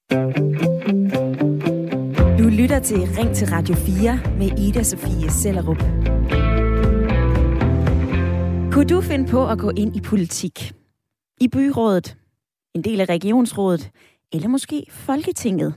Du lytter til Ring til Radio 4 med Ida Sofie Sellerup. Kunne du finde på at gå ind i politik? I byrådet, en del af regionsrådet, eller måske Folketinget?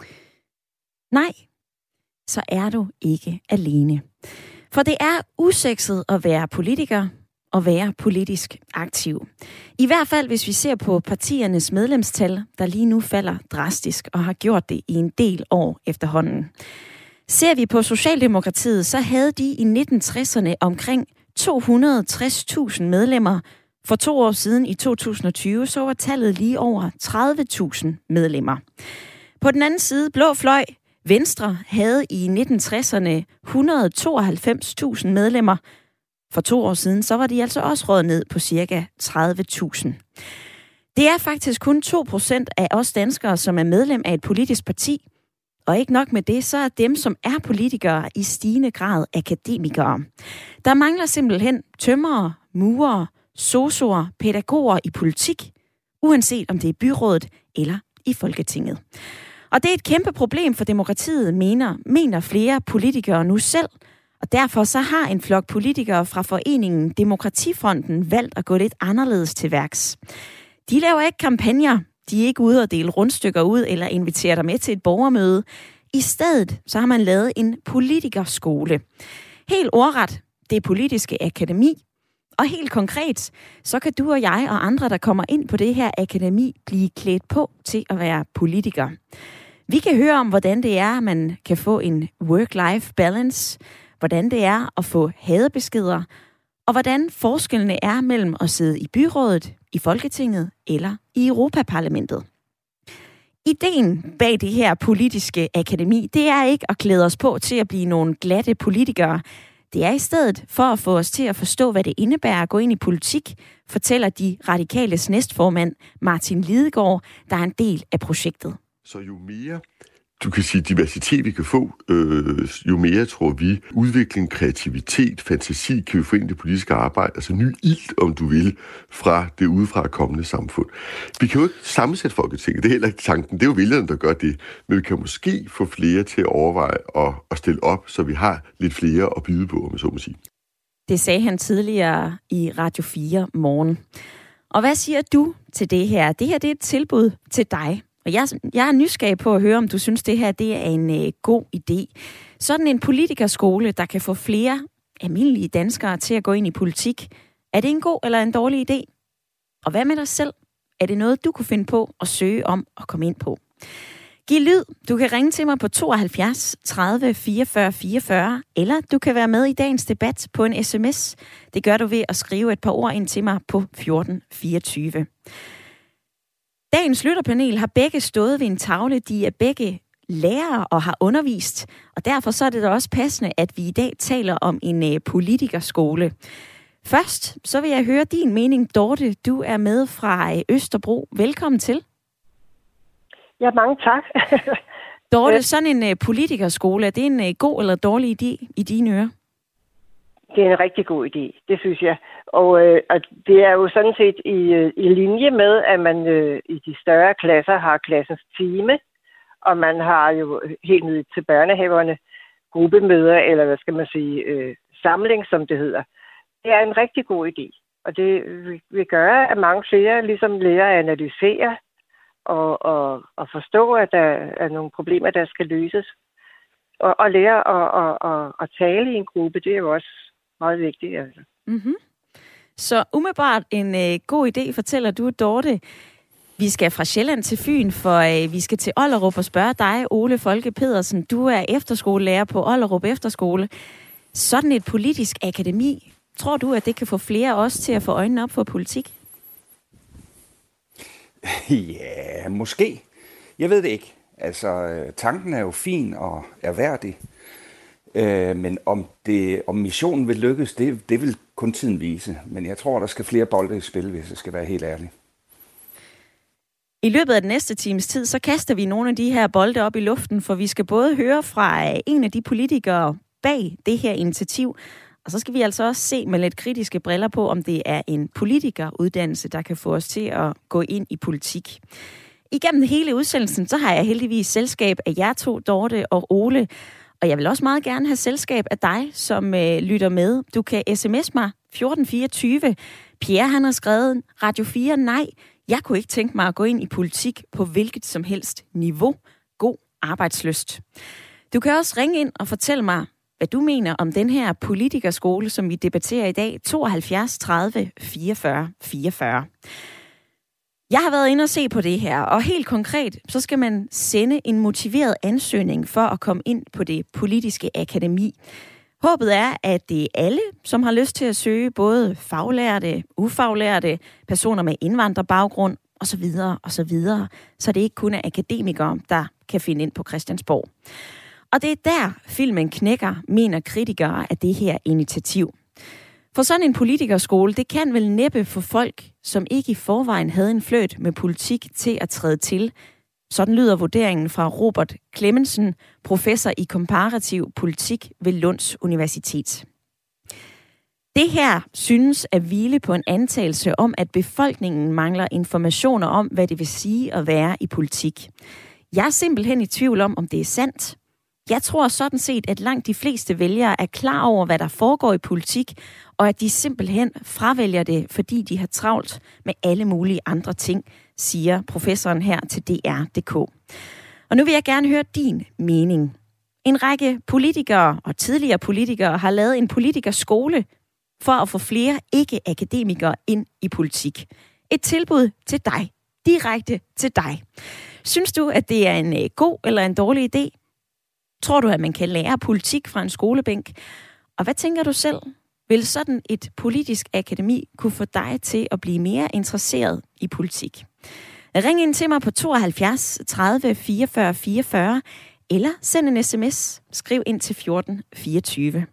Nej, så er du ikke alene. For det er usekset at være politiker og være politisk aktiv. I hvert fald, hvis vi ser på partiernes medlemstal, der lige nu falder drastisk og har gjort det i en del år efterhånden. Ser vi på Socialdemokratiet, så havde de i 1960'erne omkring 260.000 medlemmer. For 2 år siden i 2020, så var tallet lige over 30.000 medlemmer. På den anden side, blå fløj, Venstre havde i 1960'erne 192.000 medlemmer. For 2 år siden, så var de altså også røget ned på ca. 30.000. Det er faktisk kun 2% af os danskere, som er medlem af et politisk parti. Og ikke nok med det, så er dem, som er politikere, i stigende grad akademikere. Der mangler simpelthen tømrere, murere, sosuer, pædagoger i politik, uanset om det er byrådet eller i Folketinget. Og det er et kæmpe problem for demokratiet, mener flere politikere nu selv. Og derfor så har en flok politikere fra foreningen Demokratifronten valgt at gå lidt anderledes til værks. De laver ikke kampagner. De er ikke ude og dele rundstykker ud eller invitere dig med til et borgermøde. I stedet så har man lavet en politikerskole. Helt ordret, det politiske akademi. Og helt konkret, så kan du og jeg og andre, der kommer ind på det her akademi, blive klædt på til at være politiker. Vi kan høre om, hvordan det er, man kan få en work-life balance, hvordan det er at få hadebeskeder, og hvordan forskellene er mellem at sidde i byrådet, i Folketinget eller i Europaparlamentet. Ideen bag det her politiske akademi, det er ikke at klæde os på til at blive nogle glatte politikere. Det er i stedet for at få os til at forstå, hvad det indebærer at gå ind i politik, fortæller de radikales næstformand Martin Lidegaard, der er en del af projektet. Så jo mere, du kan sige, diversitet vi kan få, jo mere, tror vi, udvikling, kreativitet, fantasi kan vi få ind i det politiske arbejde, altså ny ilt, om du vil, fra det udefra kommende samfund. Vi kan jo ikke sammensætte Folketinget, det er heller ikke tanken, det er jo vælgerne, der gør det, men vi kan måske få flere til at overveje at stille op, så vi har lidt flere at byde på, om jeg så må sige. Det sagde han tidligere i Radio 4 morgen. Og hvad siger du til det her? Det her det er et tilbud til dig. Og jeg er nysgerrig på at høre, om du synes, det her det er en god idé. Sådan en politikerskole, der kan få flere almindelige danskere til at gå ind i politik. Er det en god eller en dårlig idé? Og hvad med dig selv? Er det noget, du kunne finde på at søge om at komme ind på? Giv lyd. Du kan ringe til mig på 72 30 44 44, eller du kan være med i dagens debat på en sms. Det gør du ved at skrive et par ord ind til mig på 1424. Dagens lytterpanel har begge stået ved en tavle. De er begge lærere og har undervist, og derfor så er det da også passende, at vi i dag taler om en politikerskole. Først så vil jeg høre din mening, Dorte. Du er med fra Østerbro. Velkommen til. Ja, mange tak. Dorte, sådan en politikerskole, er det en god eller dårlig idé i dine ører? Det er en rigtig god idé, det synes jeg. Og det er jo sådan set i linje med, at man i de større klasser har klassens time, og man har jo helt ned til børnehaverne gruppemøder, eller hvad skal man sige, samling, som det hedder. Det er en rigtig god idé, og det vil gøre, at mange flere ligesom lærer at analysere og forstå, at der er nogle problemer, der skal løses. Og lære at tale i en gruppe, det er jo også meget vigtigt. Altså. Mm-hmm. Så umiddelbart en god idé, fortæller du, Dorte. Vi skal fra Sjælland til Fyn, for vi skal til Ollerup og spørge dig, Ole Folke Pedersen. Du er efterskolelærer på Ollerup Efterskole. Sådan et politisk akademi, tror du, at det kan få flere også til at få øjnene op for politik? Ja, måske. Jeg ved det ikke. Altså, tanken er jo fin og erhverdig. Men om missionen vil lykkes, det vil kun tiden vise. Men jeg tror, der skal flere bolde i spil, hvis jeg skal være helt ærlig. I løbet af den næste times tid, så kaster vi nogle af de her bolde op i luften, for vi skal både høre fra en af de politikere bag det her initiativ, og så skal vi altså også se med lidt kritiske briller på, om det er en politikeruddannelse, der kan få os til at gå ind i politik. igennem hele udsendelsen, så har jeg heldigvis selskab af jer to, Dorte og Ole. Og jeg vil også meget gerne have selskab af dig, som lytter med. Du kan sms mig 1424. Pierre, han har skrevet, Radio 4, nej, jeg kunne ikke tænke mig at gå ind i politik på hvilket som helst niveau. God arbejdslyst. Du kan også ringe ind og fortælle mig, hvad du mener om den her politikerskole, som vi debatterer i dag, 72 30 44 44. Jeg har været inde og se på det her, og helt konkret, så skal man sende en motiveret ansøgning for at komme ind på det politiske akademi. Håbet er, at det er alle, som har lyst til at søge, både faglærte, ufaglærte, personer med indvandrerbaggrund osv. osv., så det ikke kun er akademikere, der kan finde ind på Christiansborg. Og det er der, filmen knækker, mener kritikere af det her initiativ. For sådan en politikerskole, det kan vel næppe få folk, som ikke i forvejen havde en fløjt med politik, til at træde til. Sådan lyder vurderingen fra Robert Clemmensen, professor i komparativ politik ved Lunds Universitet. Det her synes at hvile på en antagelse om, at befolkningen mangler informationer om, hvad det vil sige at være i politik. Jeg er simpelthen i tvivl om det er sandt. Jeg tror sådan set, at langt de fleste vælgere er klar over, hvad der foregår i politik, og at de simpelthen fravælger det, fordi de har travlt med alle mulige andre ting, siger professoren her til DR.dk. Og nu vil jeg gerne høre din mening. En række politikere og tidligere politikere har lavet en politikerskole for at få flere ikke-akademikere ind i politik. Et tilbud til dig, direkte til dig. Synes du, at det er en god eller en dårlig idé? Tror du, at man kan lære politik fra en skolebænk? Og hvad tænker du selv? Vil sådan et politisk akademi kunne få dig til at blive mere interesseret i politik? Ring ind til mig på 72 30 44 44, eller send en sms. Skriv ind til 14 24.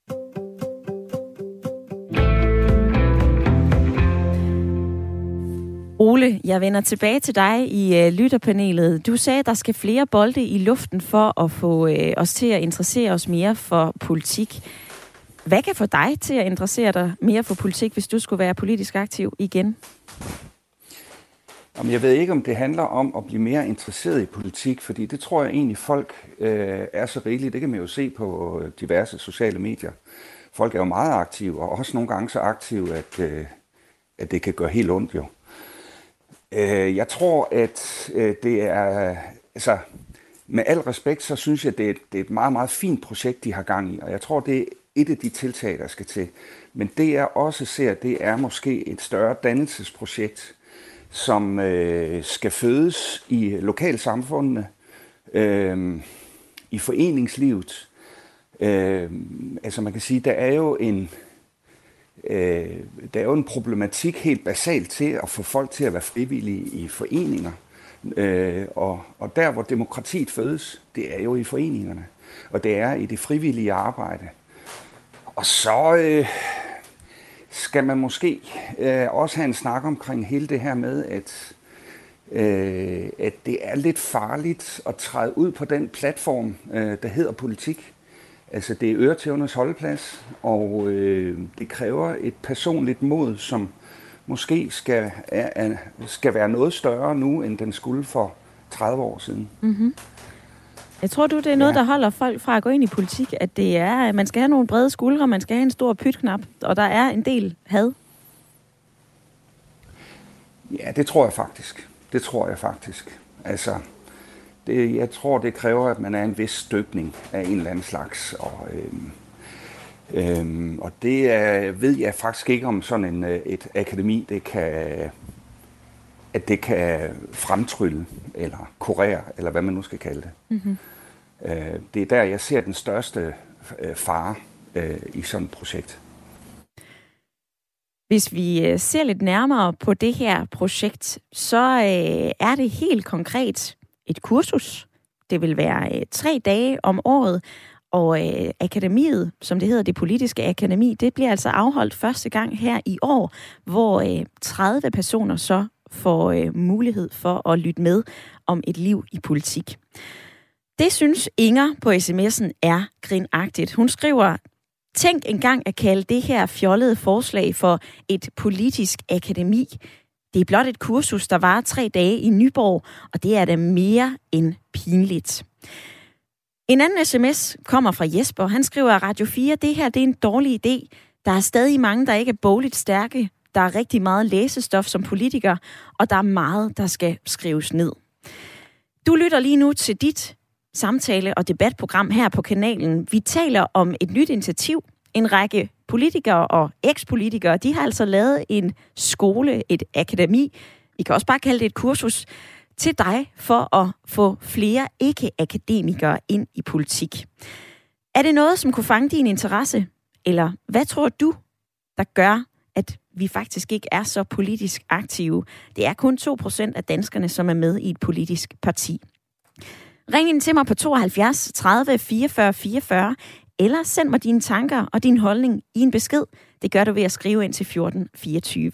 Ole, jeg vender tilbage til dig i lytterpanelet. Du sagde, at der skal flere bolde i luften for at få os til at interessere os mere for politik. Hvad kan få dig til at interessere dig mere for politik, hvis du skulle være politisk aktiv igen? Jamen, jeg ved ikke, om det handler om at blive mere interesseret i politik, fordi det tror jeg egentlig, folk er så rigeligt. Det kan man jo se på diverse sociale medier. Folk er jo meget aktive, og også nogle gange så aktive, at det kan gøre helt ondt jo. Jeg tror, at det er, altså med al respekt, så synes jeg, det er et meget, meget fint projekt, de har gang i, og jeg tror, det er et af de tiltag, der skal til. Men det jeg også ser, det er måske et større dannelsesprojekt, som skal fødes i lokalsamfundene, i foreningslivet. Altså man kan sige, der er jo en problematik helt basalt til at få folk til at være frivillige i foreninger. Og der, hvor demokratiet fødes, det er jo i foreningerne. Og det er i det frivillige arbejde. Og så skal man måske også have en snak omkring hele det her med, at det er lidt farligt at træde ud på den platform, der hedder politik. Altså det er øretævernes holdeplads, og det kræver et personligt mod, som måske skal være noget større nu, end den skulle for 30 år siden. Mm-hmm. Jeg tror du, det er noget, der holder folk fra at gå ind i politik, at det er, at man skal have nogle brede skuldre, man skal have en stor pytknap, og der er en del had? Ja, det tror jeg faktisk. Altså, jeg tror, det kræver, at man er en vis støbning af en eller anden slags, og det ved jeg faktisk ikke, om sådan et akademi, det kan fremtrylle, eller kurere, eller hvad man nu skal kalde det. Mm-hmm. Det er der, jeg ser den største fare i sådan et projekt. Hvis vi ser lidt nærmere på det her projekt, så er det helt konkret et kursus. Det vil være 3 dage om året, og akademiet, som det hedder, det politiske akademi, det bliver altså afholdt første gang her i år, hvor 30 personer så får mulighed for at lytte med om et liv i politik. Det synes Inger på sms'en er grinagtigt. Hun skriver: tænk engang at kalde det her fjollede forslag for et politisk akademi. Det er blot et kursus, der varer 3 dage i Nyborg, og det er da mere end pinligt. En anden sms kommer fra Jesper. Han skriver af Radio 4, det her det er en dårlig idé. Der er stadig mange, der ikke er bogligt stærke. Der er rigtig meget læsestof som politiker, og der er meget, der skal skrives ned. Du lytter lige nu til dit samtale- og debatprogram her på kanalen. Vi taler om et nyt initiativ. En række politikere og ekspolitikere, de har altså lavet en skole, et akademi. Vi kan også bare kalde det et kursus til dig for at få flere ikke-akademikere ind i politik. Er det noget, som kunne fange din interesse? Eller hvad tror du, der gør, at vi faktisk ikke er så politisk aktive? Det er kun 2% af danskerne, som er med i et politisk parti. Ring ind til mig på 72 30 44 44, eller send mig dine tanker og din holdning i en besked. Det gør du ved at skrive ind til 1424.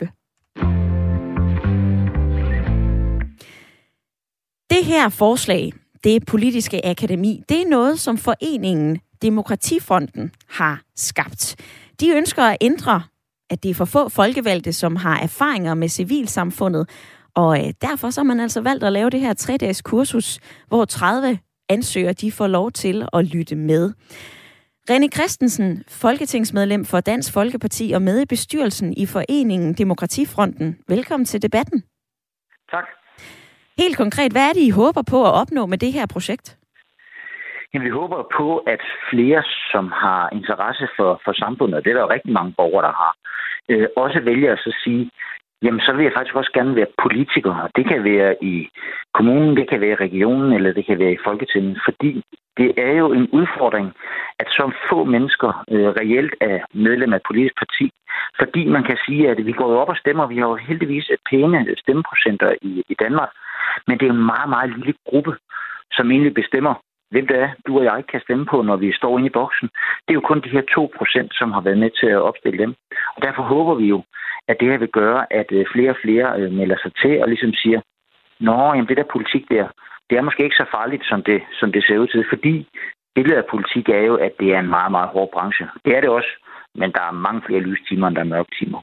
Det her forslag, det politiske akademi, det er noget, som foreningen Demokratifronten har skabt. De ønsker at ændre, at det er for få folkevalgte, som har erfaringer med civilsamfundet, og derfor så har man altså valgt at lave det her 3-dages kursus, hvor 30 ansøgere de får lov til at lytte med. René Christensen, folketingsmedlem for Dansk Folkeparti og med i bestyrelsen i foreningen Demokratifronten. Velkommen til debatten. Tak. Helt konkret, hvad er det, I håber på at opnå med det her projekt? Jamen, vi håber på, at flere, som har interesse for samfundet, og det er der jo rigtig mange borgere, der har, også vælger at så sige, jamen så vil jeg faktisk også gerne være politiker. Det kan være i kommunen, det kan være i regionen, eller det kan være i Folketinget. Fordi det er jo en udfordring, at så få mennesker reelt er medlem af et politisk parti. Fordi man kan sige, at vi går jo op og stemmer. Vi har jo heldigvis pæne stemmeprocenter i Danmark. Men det er en meget, meget lille gruppe, som egentlig bestemmer, hvem det er, du og jeg kan stemme på, når vi står inde i boksen. Det er jo kun de her 2%, som har været med til at opstille dem. Og derfor håber vi jo, at det her vil gøre, at flere og flere melder sig til og ligesom siger, jamen det der politik der, det er måske ikke så farligt, som det ser ud til, fordi billedet af politik er jo, at det er en meget, meget hård branche. Det er det også, men der er mange flere lystimer, end der er mørketimer.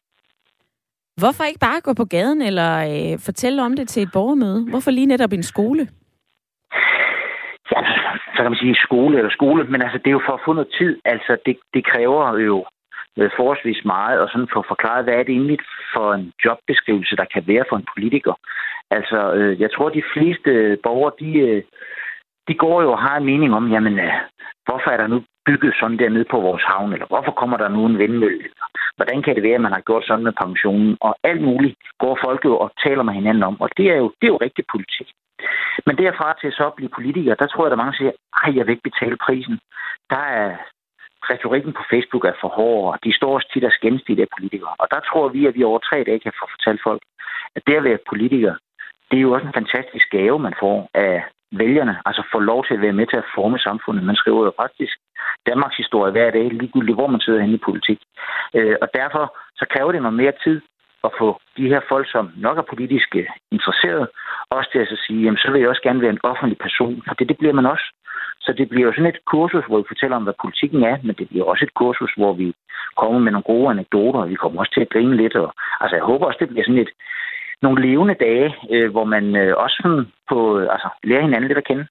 Hvorfor ikke bare gå på gaden eller fortælle om det til et borgermøde? Hvorfor lige netop en skole? Ja, så kan man sige skole, men altså det er jo for at få noget tid. Altså det kræver jo forholdsvis meget, og sådan for at forklare, hvad er det egentlig for en jobbeskrivelse, der kan være for en politiker. Altså, jeg tror, de fleste borgere, de går jo og har en mening om, jamen, hvorfor er der nu bygget sådan der nede på vores havn, eller hvorfor kommer der nu en vindmølle, hvordan kan det være, at man har gjort sådan med pensionen, og alt muligt går folk jo og taler med hinanden om, og det er jo rigtig politik. Men derfra til så at blive politiker, der tror jeg, at mange siger, jeg vil ikke betale prisen. Der er retorikken på Facebook er for hård, og de står også tit og skændes, de der politikere. Og der tror vi, at vi over 3 dage kan få fortalt folk, at det at være politiker, det er jo også en fantastisk gave, man får af vælgerne. Altså få lov til at være med til at forme samfundet. Man skriver jo faktisk Danmarks historie hver dag, ligegyldigt hvor man sidder henne i politik. Og derfor så kræver det noget mere tid at få de her folk, som nok er politisk interesserede, også til at så sige, jamen så vil jeg også gerne være en offentlig person, for det bliver man også. Så det bliver jo sådan et kursus, hvor vi fortæller om, hvad politikken er, men det bliver også et kursus, hvor vi kommer med nogle gode anekdoter, og vi kommer også til at grine lidt. Og, altså jeg håber også, det bliver sådan nogle levende dage, hvor man også sådan lærer hinanden lidt at kende.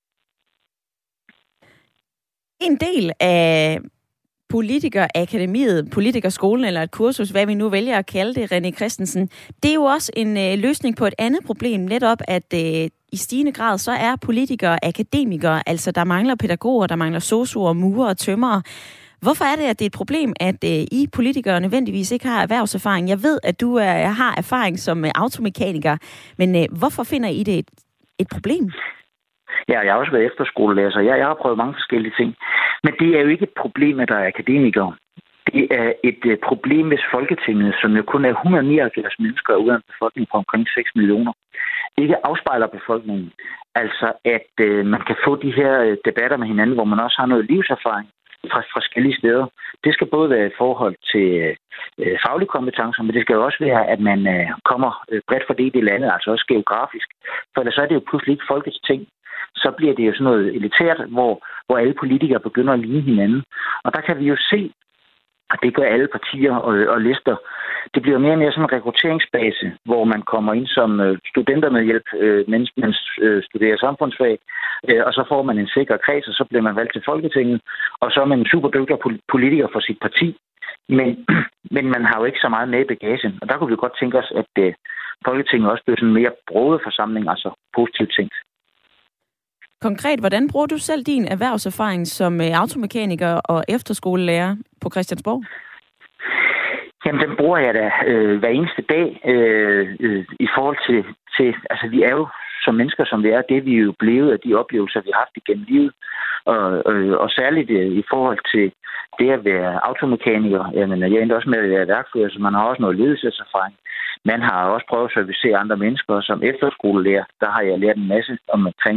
En del af politikerakademiet, politikerskolen eller et kursus, hvad vi nu vælger at kalde det, René Christensen, det er jo også en løsning på et andet problem, netop at i stigende grad så er politikere akademikere, altså der mangler pædagoger, der mangler sosuer, murere og tømrere. Hvorfor er det, at det er et problem, at I politikere nødvendigvis ikke har erhvervserfaring? Jeg ved, at du har erfaring som automekaniker, men hvorfor finder I det et problem? Ja, jeg har også været efterskolelærer, så jeg har prøvet mange forskellige ting. Men det er jo ikke et problem, at der er akademikere. Det er et problem, hvis Folketinget, som jo kun er 179 mennesker ud af en befolkning på omkring 6 millioner, ikke afspejler befolkningen. Altså, at man kan få de her debatter med hinanden, hvor man også har noget livserfaring fra forskellige steder. Det skal både være i forhold til faglige kompetencer, men det skal jo også være, at man kommer bredt fordelt i landet, altså også geografisk. For ellers så er det jo pludselig ikke folkets ting. Så bliver det jo sådan noget elitært, hvor alle politikere begynder at ligne hinanden. Og der kan vi jo se, Og det gør alle partier og lister. Det bliver mere og mere sådan en rekrutteringsbase, hvor man kommer ind som studentermedhjælp, mens man studerer samfundsfag, og så får man en sikker kreds, og så bliver man valgt til Folketinget, og så er man en super dygtig politiker for sit parti. Men man har jo ikke så meget med i bagagen, og der kunne vi godt tænke os, at Folketinget også bliver sådan en mere broget forsamling, altså positivt tænkt. Konkret, hvordan bruger du selv din erhvervserfaring som automekaniker og efterskolelærer på Christiansborg? Jamen, den bruger jeg da hver eneste dag i forhold til... Altså, vi er jo som mennesker, som vi er, det vi er jo blevet af de oplevelser, vi har haft igennem livet. Og særligt i forhold til det at være automekaniker. Jamen, jeg endte også med at være værkfører, så man har også noget ledelseserfaring. Man har også prøvet at servicere andre mennesker. Som efterskolelærer, der har jeg lært en masse omkring,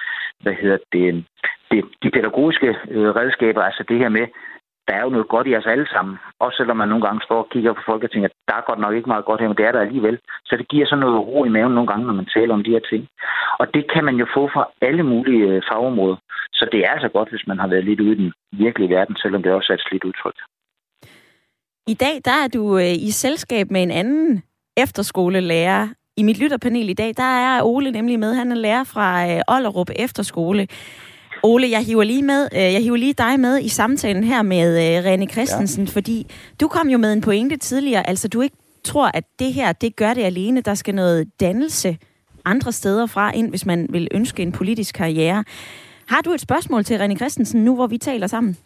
de pædagogiske redskaber. Altså det her med, der er jo noget godt i os alle sammen. Også selvom man nogle gange står og kigger på folk og tænker, der er godt nok ikke meget godt her, men det er der alligevel. Så det giver sådan noget ro i maven nogle gange, når man taler om de her ting. Og det kan man jo få fra alle mulige fagområder. Så det er altså godt, hvis man har været lidt ude i den virkelige verden, selvom det også er et slidt udtryk. I dag, der er du i selskab med en anden efterskolelærer. I mit lytterpanel i dag, der er Ole nemlig med. Han er lærer fra Ollerup Efterskole. Ole, jeg hiver lige dig med i samtalen her med René Christensen, fordi du kom jo med en pointe tidligere, altså du ikke tror, at det her, det gør det alene. Der skal noget dannelse andre steder fra ind, hvis man vil ønske en politisk karriere. Har du et spørgsmål til René Christensen nu, hvor vi taler sammen?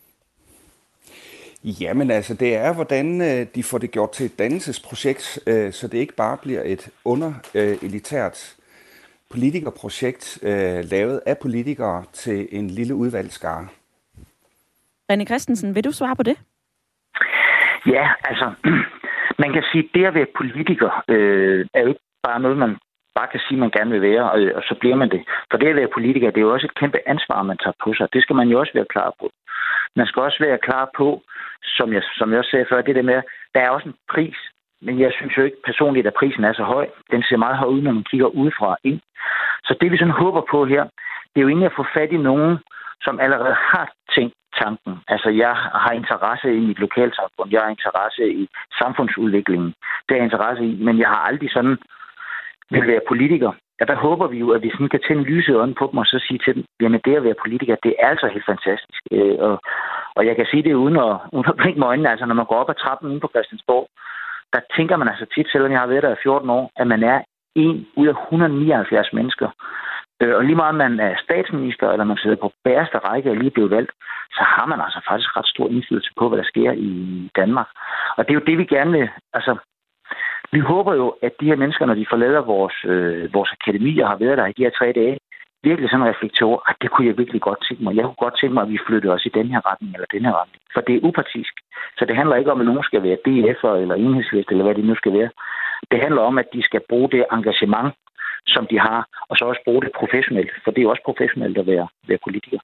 Jamen altså, det er, hvordan de får det gjort til et dannelsesprojekt, så det ikke bare bliver et elitært politikerprojekt lavet af politikere til en lille udvalgsskare. René Christensen, vil du svare på det? Ja, altså, man kan sige, at det at være politiker er jo ikke bare noget, man bare kan sige, man gerne vil være, og så bliver man det. For det at være politiker, det er jo også et kæmpe ansvar, man tager på sig. Det skal man jo også være klar på. Man skal også være klar på, som jeg også sagde før, det der med, der er også en pris. Men jeg synes jo ikke personligt, at prisen er så høj. Den ser meget høj ud, når man kigger udefra ind. Så det vi sådan håber på her, det er jo egentlig at få fat i nogen, som allerede har tænkt tanken. Altså jeg har interesse i et lokalsamfund, jeg har interesse i samfundsudviklingen. Det har jeg interesse i, men jeg har aldrig sådan vil være politiker. Ja, der håber vi jo, at vi sådan kan tænde lyset i øjnene på dem og så sige til dem, jamen det at være politiker, det er altså helt fantastisk. Og jeg kan sige det uden at blinke med øjnene, altså når man går op ad trappen inde på Christiansborg, der tænker man altså tit, selvom jeg har været der i 14 år, at man er 1 ud af 179 mennesker. Og lige meget man er statsminister, eller man sidder på bagerste række og lige blevet valgt, så har man altså faktisk ret stor indflydelse på, hvad der sker i Danmark. Og det er jo det, vi gerne vil... Altså, vi håber jo, at de her mennesker, når de forlader vores akademi og har været der i de her 3 dage, virkelig sådan reflekterer over, at det kunne jeg virkelig godt tænke mig. Jeg kunne godt tænke mig, at vi flytter os i den her retning eller den her retning. For det er upartisk. Så det handler ikke om, at nogen skal være DF'er eller Enhedsliste eller hvad det nu skal være. Det handler om, at de skal bruge det engagement, som de har, og så også bruge det professionelt. For det er jo også professionelt at være politiker.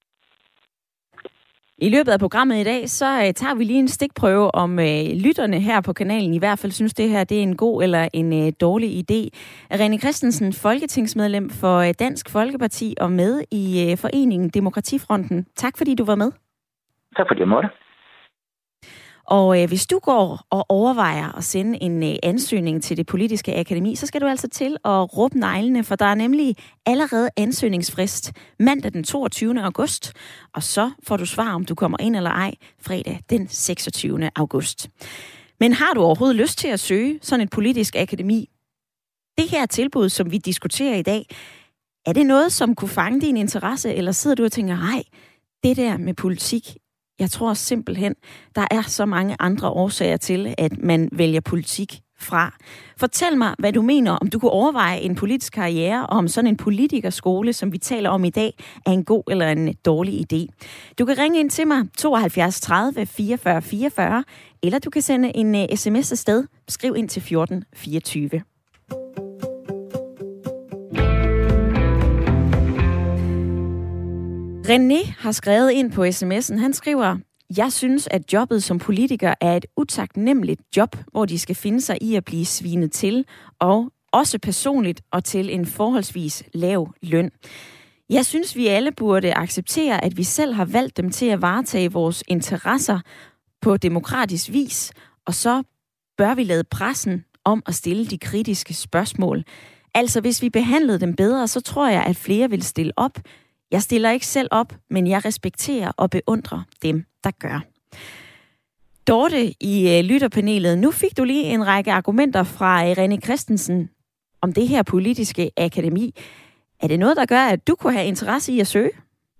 I løbet af programmet i dag, så tager vi lige en stikprøve om lytterne her på kanalen i hvert fald synes, det her det er en god eller en dårlig idé. René Christensen, folketingsmedlem for Dansk Folkeparti og med i foreningen Demokratifronten. Tak fordi du var med. Tak fordi jeg måtte. Og hvis du går og overvejer at sende en ansøgning til det politiske akademi, så skal du altså til at råbe neglene, for der er nemlig allerede ansøgningsfrist mandag den 22. august, og så får du svar, om du kommer ind eller ej, fredag den 26. august. Men har du overhovedet lyst til at søge sådan et politisk akademi? Det her tilbud, som vi diskuterer i dag, er det noget, som kunne fange din interesse, eller sidder du og tænker, nej, det der med politik, jeg tror simpelthen, der er så mange andre årsager til, at man vælger politik fra. Fortæl mig, hvad du mener, om du kunne overveje en politisk karriere, og om sådan en politikerskole, som vi taler om i dag, er en god eller en dårlig idé. Du kan ringe ind til mig 72 30 44 44, eller du kan sende en sms afsted. Skriv ind til 1424. René har skrevet ind på sms'en. Han skriver, jeg synes, at jobbet som politiker er et utaknemmeligt job, hvor de skal finde sig i at blive svinet til, og også personligt og til en forholdsvis lav løn. Jeg synes, vi alle burde acceptere, at vi selv har valgt dem til at varetage vores interesser på demokratisk vis, og så bør vi lade pressen om at stille de kritiske spørgsmål. Altså, hvis vi behandlede dem bedre, så tror jeg, at flere vil stille op. Jeg stiller ikke selv op, men jeg respekterer og beundrer dem, der gør. Dorte i lytterpanelet, nu fik du lige en række argumenter fra René Christensen om det her politiske akademi. Er det noget, der gør, at du kunne have interesse i at søge?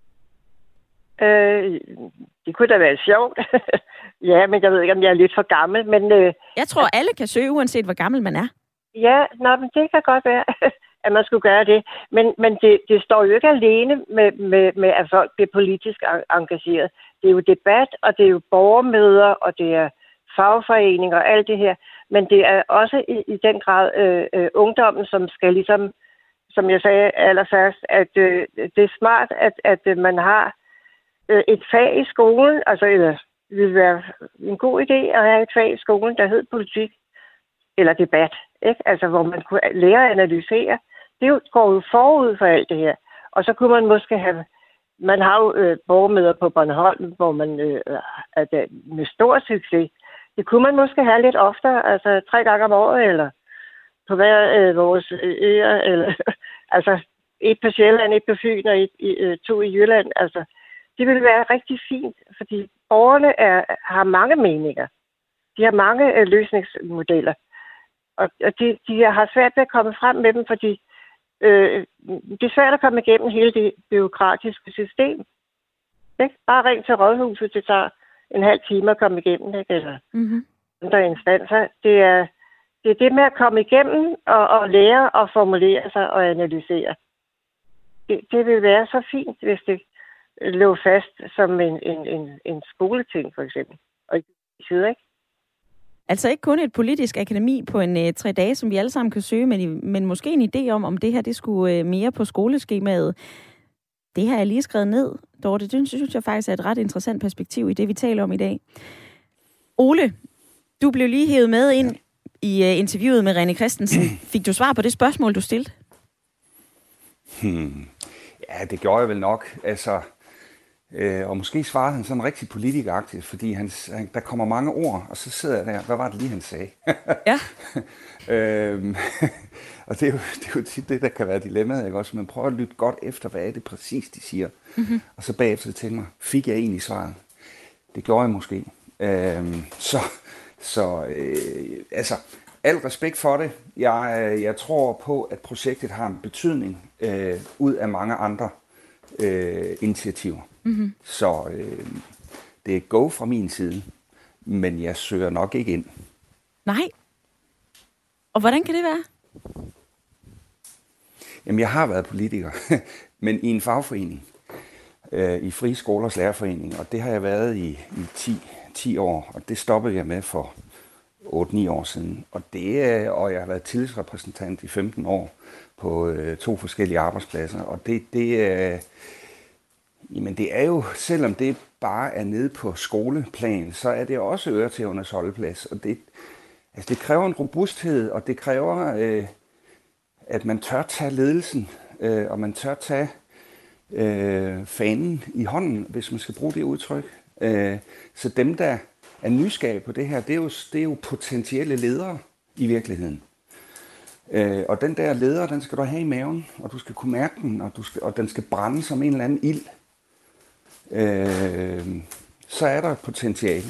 Det kunne da være sjovt. Ja, men jeg ved ikke, om jeg er lidt for gammel. Men, jeg tror, alle kan søge, uanset hvor gammel man er. Ja, men det kan godt være, at man skulle gøre det. Men det står jo ikke alene med, at folk bliver politisk engageret. Det er jo debat, og det er jo borgermøder, og det er fagforeninger og alt det her. Men det er også i den grad ungdommen, som skal ligesom, som jeg sagde allerførst, at det er smart, at man har et fag i skolen. Altså, det ville være en god idé at have et fag i skolen, der hed politik eller debat. Ikke? Altså, hvor man kunne lære at analysere. Det går jo forud for alt det her. Og så kunne man måske have... Man har jo borgermøder på Bornholm, hvor man er med stor succes. Det kunne man måske have lidt oftere, altså 3 gange om året, eller på hver vores øer, eller altså 1 på Sjælland, 1 på Fyn og 2 i Jylland. Altså, det ville være rigtig fint, fordi borgerne har mange meninger. De har mange løsningsmodeller. Og de har svært ved at komme frem med dem, fordi det er svært at komme igennem hele det bureaukratiske system. Ikke? Bare ring til rådhuset, det tager en halv time at komme igennem, ikke? Eller andre instanser. Det er det med at komme igennem og lære at formulere sig og analysere. Det vil være så fint, hvis det lå fast som en skoleting, for eksempel. Og ikke side, ikke? Altså ikke kun et politisk akademi på 3 dage, som vi alle sammen kan søge, men måske en idé om det her det skulle mere på skoleskemaet. Det har jeg lige skrevet ned, Dorte. Det synes jeg faktisk er et ret interessant perspektiv i det, vi taler om i dag. Ole, du blev lige hævet med ind i interviewet med René Christensen. Fik du svar på det spørgsmål, du stillede? Ja, det gjorde jeg vel nok. Altså, og måske svarede han sådan rigtig politikeragtigt, fordi der kommer mange ord, og så sidder jeg der. Hvad var det lige, han sagde? Ja. Og det er jo tit det, der kan være dilemmaet, ikke også? Man prøver at lytte godt efter, hvad er det præcis, de siger. Mm-hmm. Og så bagefter tænker mig, fik jeg egentlig svaret? Det gjorde jeg måske. Altså, al respekt for det. Jeg tror på, at projektet har en betydning ud af mange andre initiativer. Mm-hmm. Så det er go fra min side, men jeg søger nok ikke ind. Nej. Og hvordan kan det være? Jamen, jeg har været politiker, men i en fagforening, i Frie Skolers Lærerforening, og det har jeg været i 10 år, og det stoppede jeg med for 8-9 år siden. Og jeg har været tillidsrepræsentant i 15 år på 2 forskellige arbejdspladser, og jamen det er jo, selvom det bare er nede på skoleplan, så er det også øretævernes holdeplads, og det kræver en robusthed, og det kræver, at man tør tage ledelsen, og man tør tage fanen i hånden, hvis man skal bruge det udtryk. Så dem, der er nysgerrige på det her, det er jo potentielle ledere i virkeligheden. Og den der leder, den skal du have i maven, og du skal kunne mærke den, og den skal brænde som en eller anden ild. Så er der potentiale.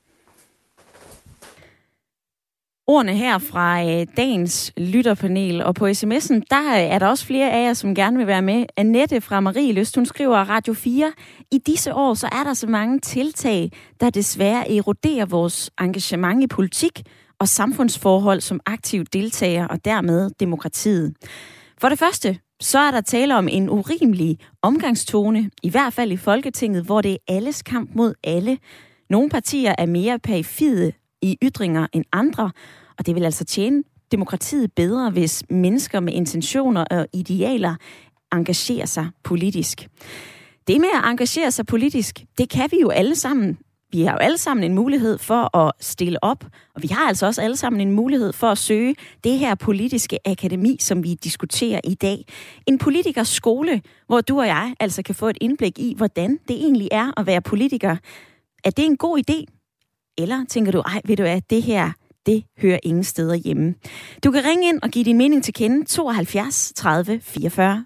Ordene her fra dagens lytterpanel, og på sms'en, der er der også flere af jer, som gerne vil være med. Annette fra Marielyst, hun skriver Radio 4. I disse år, så er der så mange tiltag, der desværre eroderer vores engagement i politik og samfundsforhold som aktiv deltager, og dermed demokratiet. For det første, så er der tale om en urimelig omgangstone, i hvert fald i Folketinget, hvor det er alles kamp mod alle. Nogle partier er mere perfide i ytringer end andre, og det vil altså tjene demokratiet bedre, hvis mennesker med intentioner og idealer engagerer sig politisk. Det med at engagere sig politisk, det kan vi jo alle sammen. Vi har jo alle sammen en mulighed for at stille op, og vi har altså også alle sammen en mulighed for at søge det her politiske akademi, som vi diskuterer i dag. En politikers skole, hvor du og jeg altså kan få et indblik i, hvordan det egentlig er at være politiker. Er det en god idé? Eller tænker du, ved du hvad, det her, det hører ingen steder hjemme. Du kan ringe ind og give din mening til kende 72 30 44.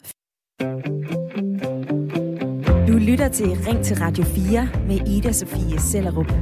Du lytter til Ring til Radio 4 med Ida Sofie Sellerup.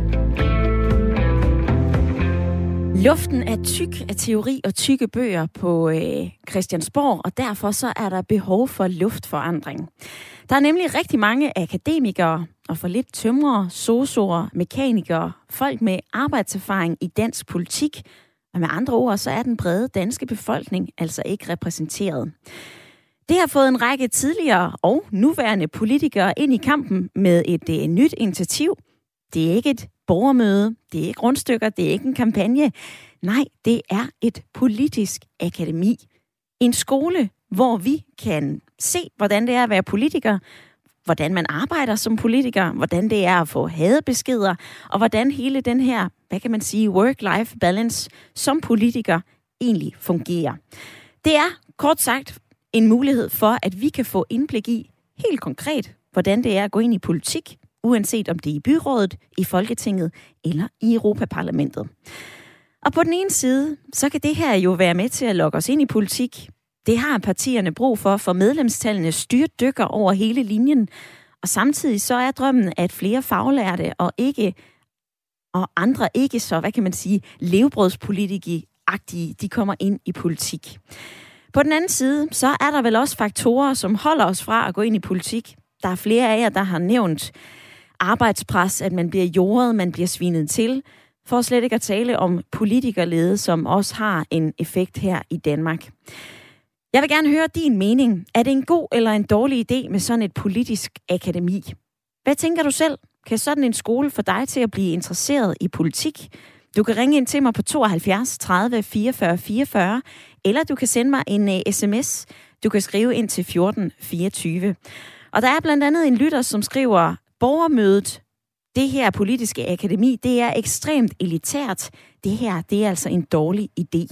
Luften er tyk af teori og tykke bøger på Christiansborg, og derfor så er der behov for luftforandring. Der er nemlig rigtig mange akademikere og for lidt tømrere, sosuer, mekanikere, folk med arbejdserfaring i dansk politik. Og med andre ord, så er den brede danske befolkning altså ikke repræsenteret. Det har fået en række tidligere og nuværende politikere ind i kampen med et nyt initiativ. Det er ikke et borgermøde, det er ikke rundstykker, det er ikke en kampagne. Nej, det er et politisk akademi. En skole, hvor vi kan se, hvordan det er at være politiker, hvordan man arbejder som politiker, hvordan det er at få hadebeskeder, og hvordan hele den her, hvad kan man sige, work-life balance som politiker egentlig fungerer. Det er kort sagt en mulighed for, at vi kan få indblik i helt konkret, hvordan det er at gå ind i politik, uanset om det er i byrådet, i Folketinget eller i Europaparlamentet. Og på den ene side, så kan det her jo være med til at lokke os ind i politik. Det har partierne brug for medlemstallene styrtdykker over hele linjen. Og samtidig så er drømmen, at flere faglærte og andre ikke så, hvad kan man sige, levebrødspolitikere-agtige, de kommer ind i politik. På den anden side, så er der vel også faktorer, som holder os fra at gå ind i politik. Der er flere af jer, der har nævnt arbejdspres, at man bliver jordet, man bliver svinet til, for slet ikke at tale om politikerlede, som også har en effekt her i Danmark. Jeg vil gerne høre din mening. Er det en god eller en dårlig idé med sådan et politisk akademi? Hvad tænker du selv? Kan sådan en skole få dig til at blive interesseret i politik? Du kan ringe ind til mig på 72 30 44 44, eller du kan sende mig en sms. Du kan skrive ind til 14 24. Og der er blandt andet en lytter, som skriver, borgermødet, det her politiske akademi, det er ekstremt elitært. Det her, det er altså en dårlig idé.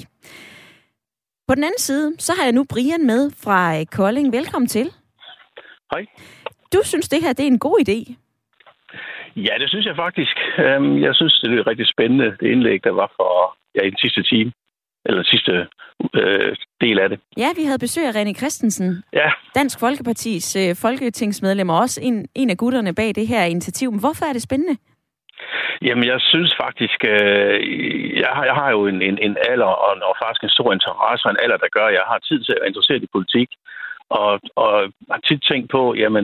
På den anden side, så har jeg nu Brian med fra Kolding. Velkommen til. Hej. Du synes, det her, det er en god idé? Ja, det synes jeg faktisk. Jeg synes, det er rigtig spændende, det indlæg, der var for i den sidste time. Eller sidste del af det. Ja, vi havde besøg af René Christensen. Ja. Dansk Folkepartis folketingsmedlem, og også en af gutterne bag det her initiativ. Men hvorfor er det spændende? Jamen, jeg synes faktisk, jeg har jo en alder, og faktisk en stor interesse og en alder, der gør, at jeg har tid til at være interesseret i politik. Og har tit tænkt på, jamen,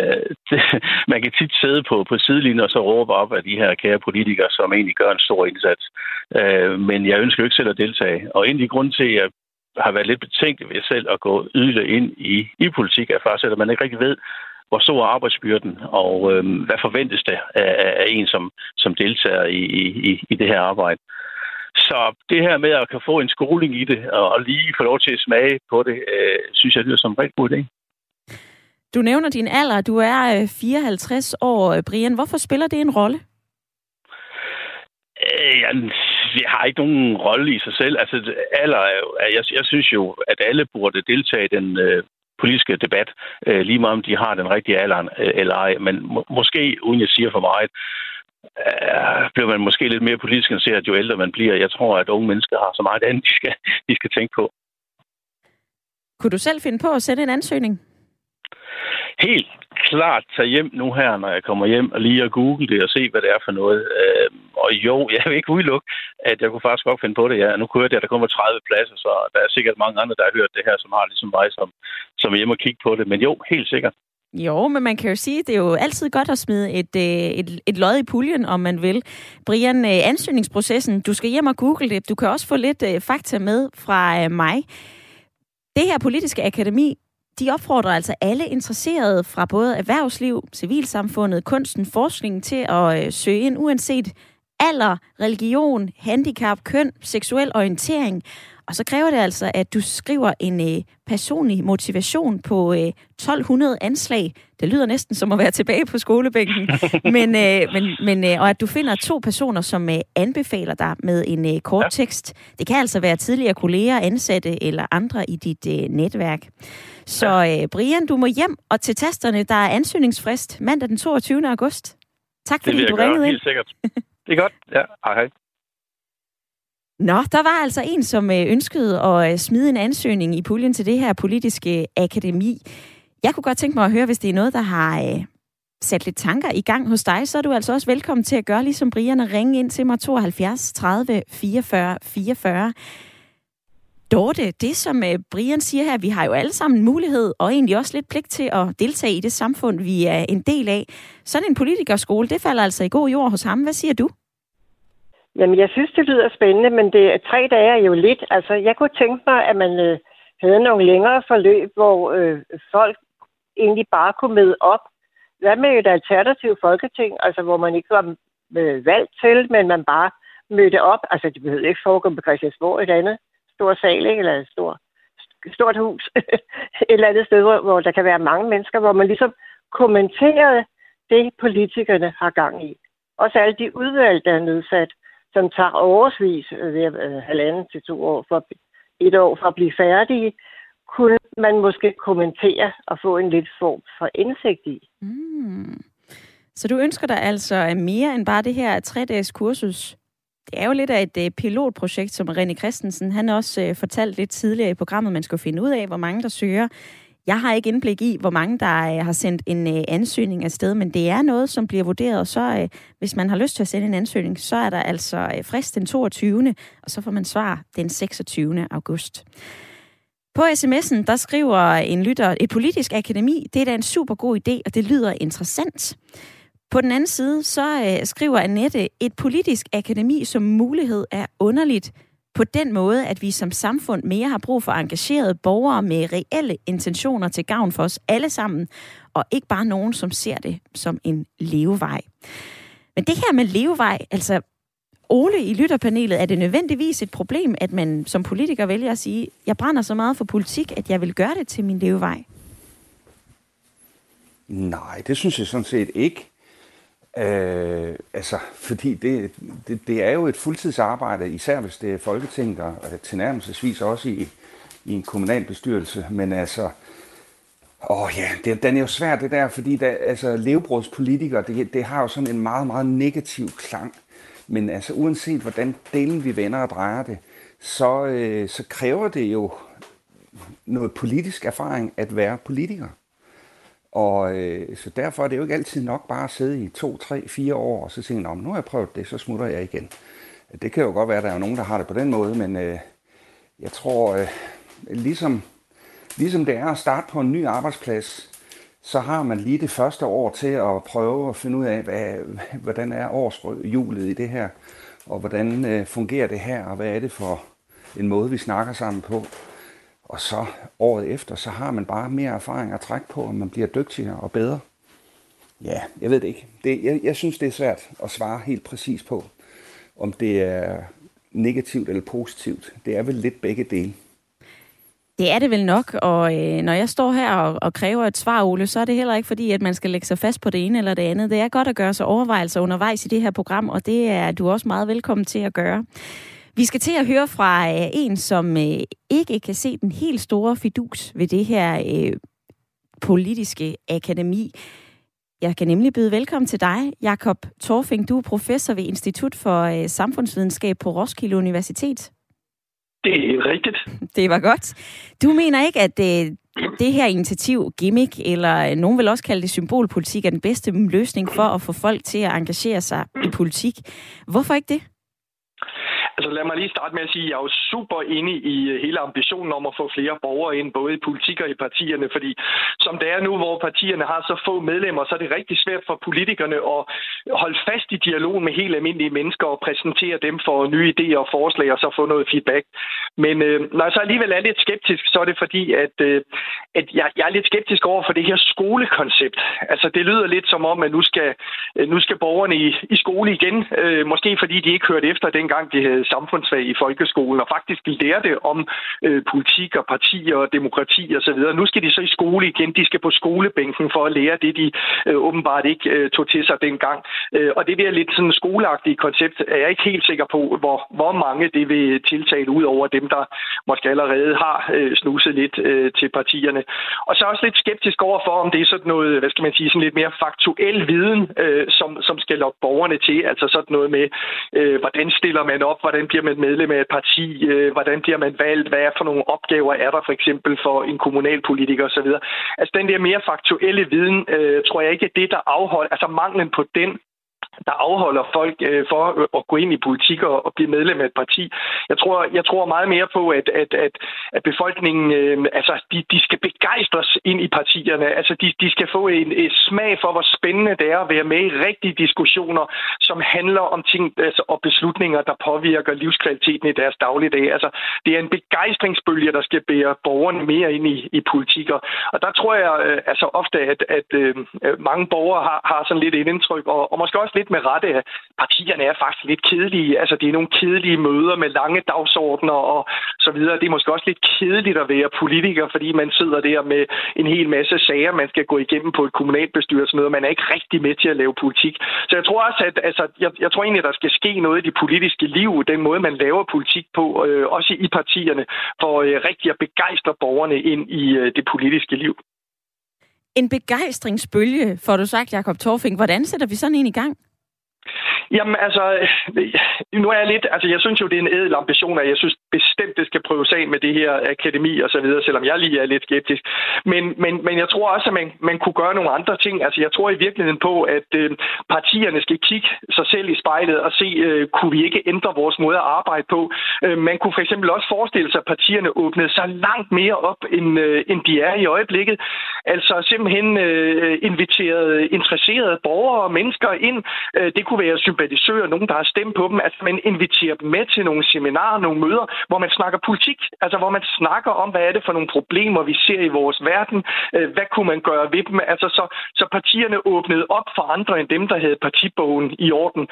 man kan tit sidde på sidelinjen og så råbe op af de her kære politikere, som egentlig gør en stor indsats. Men jeg ønsker jo ikke selv at deltage. Og en af de grunde til, at jeg har været lidt betænkt ved selv at gå yderligere ind i politik, er faktisk, at man ikke rigtig ved, hvor stor er arbejdsbyrden, og hvad forventes der af en, som deltager i det her arbejde. Så det her med at kan få en skoling i det, og lige få lov til at smage på det, synes jeg lyder som en rigtig god idé. Du nævner din alder. Du er 54 år, Brian. Hvorfor spiller det en rolle? Det har ikke nogen rolle i sig selv. Altså, alder er jo, jeg synes jo, at alle burde deltage i den politiske debat, lige meget om de har den rigtige alder eller ej. Men måske, uden jeg siger for meget, bliver man måske lidt mere politisk interesseret, jo ældre man bliver. Jeg tror, at unge mennesker har så meget andet, de skal tænke på. Kunne du selv finde på at sætte en ansøgning? Helt klart tage hjem nu her, når jeg kommer hjem, og lige at google det og se, hvad det er for noget. Og jo, jeg vil ikke udelukke, at jeg kunne faktisk godt finde på det. Ja, nu hørte jeg, at der kun var 30 pladser, så der er sikkert mange andre, der har hørt det her, som har ligesom mig, som er hjemme og kigge på det. Men jo, helt sikkert. Jo, men man kan jo sige, at det er jo altid godt at smide et lod i puljen, om man vil. Brian, ansøgningsprocessen, du skal hjem og google det. Du kan også få lidt fakta med fra mig. Det her politiske akademi, de opfordrer altså alle interesserede fra både erhvervsliv, civilsamfundet, kunsten, forskning til at søge ind, uanset alder, religion, handicap, køn, seksuel orientering. Og så kræver det altså, at du skriver en personlig motivation på 1200 anslag. Det lyder næsten som at være tilbage på skolebænken. Og at du finder 2 personer, som anbefaler dig med en kort tekst. Det kan altså være tidligere kolleger, ansatte eller andre i dit netværk. Så Brian, du må hjem og til tasterne. Der er ansøgningsfrist mandag den 22. august. Tak fordi du ringede ind. Helt sikkert. Det er godt. Ja, hej. Nå, der var altså en, som ønskede at smide en ansøgning i puljen til det her politiske akademi. Jeg kunne godt tænke mig at høre, hvis det er noget, der har sat lidt tanker i gang hos dig, så er du altså også velkommen til at gøre ligesom Brian og ringe ind til mig 72 30 44 44. Dorte, det som Brian siger her, vi har jo alle sammen mulighed og egentlig også lidt pligt til at deltage i det samfund, vi er en del af. Sådan en politikerskole, det falder altså i god jord hos ham. Hvad siger du? Jamen, jeg synes, det lyder spændende, men 3 dage er jo lidt. Altså, jeg kunne tænke mig, at man havde nogle længere forløb, hvor folk egentlig bare kunne møde op. Hvad med et alternativt folketing, altså hvor man ikke var valgt til, men man bare mødte op. Altså, det behøvede ikke foregå på Christiansborg, et andet stor sal, ikke? Eller et stort hus. Et eller andet sted, hvor der kan være mange mennesker, hvor man ligesom kommenterede det, politikerne har gang i. Også alle de udvalg, der er nedsat, som tager årsvis, ved 1,5 til 2 år, for 1 år for at blive færdige, kunne man måske kommentere og få en lidt form for indsigt i. Så du ønsker dig altså mere end bare det her 3-dages kursus? Det er jo lidt af et pilotprojekt, som René Christensen, han også fortalte lidt tidligere i programmet, man skal finde ud af, hvor mange der søger. Jeg har ikke indblik i, hvor mange der har sendt en ansøgning afsted, men det er noget, som bliver vurderet, og så hvis man har lyst til at sende en ansøgning, så er der altså frist den 22. og så får man svar den 26. august. På sms'en, der skriver en lytter, et politisk akademi, det er da en super god idé, og det lyder interessant. På den anden side, så skriver Annette, et politisk akademi som mulighed er underligt på den måde, at vi som samfund mere har brug for engagerede borgere med reelle intentioner til gavn for os alle sammen, og ikke bare nogen, som ser det som en levevej. Men det her med levevej, altså Ole i lytterpanelet, er det nødvendigvis et problem, at man som politiker vælger at sige, jeg brænder så meget for politik, at jeg vil gøre det til min levevej? Nej, det synes jeg sådan set ikke. Fordi det er jo et fuldtidsarbejde, især hvis det er Folketinget, og tilnærmelsesvis også i en kommunalbestyrelse, men altså, den er jo svær det der, fordi levebrødspolitikere, det har jo sådan en meget, meget negativ klang, men altså uanset hvordan delen vi vender og drejer det, så kræver det jo noget politisk erfaring at være politiker. Og så derfor er det jo ikke altid nok bare at sidde i 2, 3, 4 år, og så tænke, nu har jeg prøvet det, så smutter jeg igen. Det kan jo godt være, at der er nogen, der har det på den måde, men jeg tror, ligesom det er at starte på en ny arbejdsplads, så har man lige det første år til at prøve at finde ud af, hvordan er årshjulet i det her, og hvordan fungerer det her, og hvad er det for en måde, vi snakker sammen på. Og så året efter, så har man bare mere erfaring at trække på, og man bliver dygtigere og bedre. Ja, jeg ved det ikke. Jeg synes, det er svært at svare helt præcis på, om det er negativt eller positivt. Det er vel lidt begge dele. Det er det vel nok, og når jeg står her og kræver et svar, Ole, så er det heller ikke fordi, at man skal lægge sig fast på det ene eller det andet. Det er godt at gøre sig overvejelser undervejs i det her program, og det er du også meget velkommen til at gøre. Vi skal til at høre fra en, som ikke kan se den helt store fidus ved det her politiske akademi. Jeg kan nemlig byde velkommen til dig, Jakob Torfing. Du er professor ved Institut for Samfundsvidenskab på Roskilde Universitet. Det er rigtigt. Det var godt. Du mener ikke, at det her initiativ, gimmick, eller nogen vil også kalde det symbolpolitik, er den bedste løsning for at få folk til at engagere sig i politik. Hvorfor ikke det? Altså lad mig lige starte med at sige, at jeg er jo super enig i hele ambitionen om at få flere borgere ind, både i politik og i partierne, fordi som det er nu, hvor partierne har så få medlemmer, så er det rigtig svært for politikerne at holde fast i dialogen med helt almindelige mennesker og præsentere dem for nye idéer og forslag og så få noget feedback. Men når jeg så alligevel er lidt skeptisk, så er det fordi, at jeg er lidt skeptisk over for det her skolekoncept. Altså det lyder lidt som om, at nu skal borgerne i skole igen, måske fordi de ikke hørte efter dengang, de havde samfundsfag i folkeskolen, og faktisk lære det om politik og partier og demokrati og så videre. Nu skal de så i skole igen. De skal på skolebænken for at lære det, de åbenbart ikke tog til sig dengang. Og det der lidt sådan skoleagtige koncept er jeg ikke helt sikker på, hvor mange det vil tiltale ud over dem, der måske allerede har snuset lidt til partierne. Og så også lidt skeptisk overfor, om det er sådan noget, hvad skal man sige, sådan lidt mere faktuel viden, som skal lokke borgerne til. Altså sådan noget med, hvordan stiller man op, hvordan bliver man medlem af et parti, hvordan bliver man valgt, hvad er for nogle opgaver er der for eksempel for en kommunalpolitiker osv. Altså den der mere faktuelle viden, tror jeg ikke er det, der afholder, altså manglen på den, der afholder folk for at gå ind i politik og blive medlem af et parti. Jeg tror meget mere på, at befolkningen, altså de skal begejstres ind i partierne. Altså de skal få en smag for, hvor spændende det er at være med i rigtige diskussioner, som handler om ting altså, og beslutninger, der påvirker livskvaliteten i deres dagligdag. Altså det er en begejstringsbølge, der skal bære borgerne mere ind i politik. Og der tror jeg altså ofte, at mange borgere har sådan lidt et indtryk, og måske også lidt med rette, at partierne er faktisk lidt kedelige. Altså, det er nogle kedelige møder med lange dagsordner og så videre. Det er måske også lidt kedeligt at være politiker, fordi man sidder der med en hel masse sager, man skal gå igennem på et kommunalbestyrelsesmøde. Man er ikke rigtig med til at lave politik. Så jeg tror også, jeg tror egentlig, at der skal ske noget i det politiske liv, den måde, man laver politik på, også i partierne, for rigtig at begejstre borgerne ind i det politiske liv. En begejstringsbølge, får du sagt, Jakob Torfing. Hvordan sætter vi sådan en i gang? Jamen altså, nu er jeg lidt, altså jeg synes jo, det er en ædel ambition, og jeg synes bestemt, det skal prøves af med det her akademi og så videre, selvom jeg lige er lidt skeptisk. Men jeg tror også, at man kunne gøre nogle andre ting. Altså jeg tror i virkeligheden på, at partierne skal kigge sig selv i spejlet og se, kunne vi ikke ændre vores måde at arbejde på. Man kunne for eksempel også forestille sig, at partierne åbnede sig langt mere op, end de er i øjeblikket. Altså simpelthen inviterede interesserede borgere og mennesker ind. Det kunne være sympatisører, nogen, der har stemt på dem. Altså man inviterer dem med til nogle seminarer, nogle møder, hvor man snakker politik. Altså hvor man snakker om, hvad er det for nogle problemer, vi ser i vores verden. Hvad kunne man gøre ved dem? Altså så partierne åbnede op for andre end dem, der havde partibogen i orden.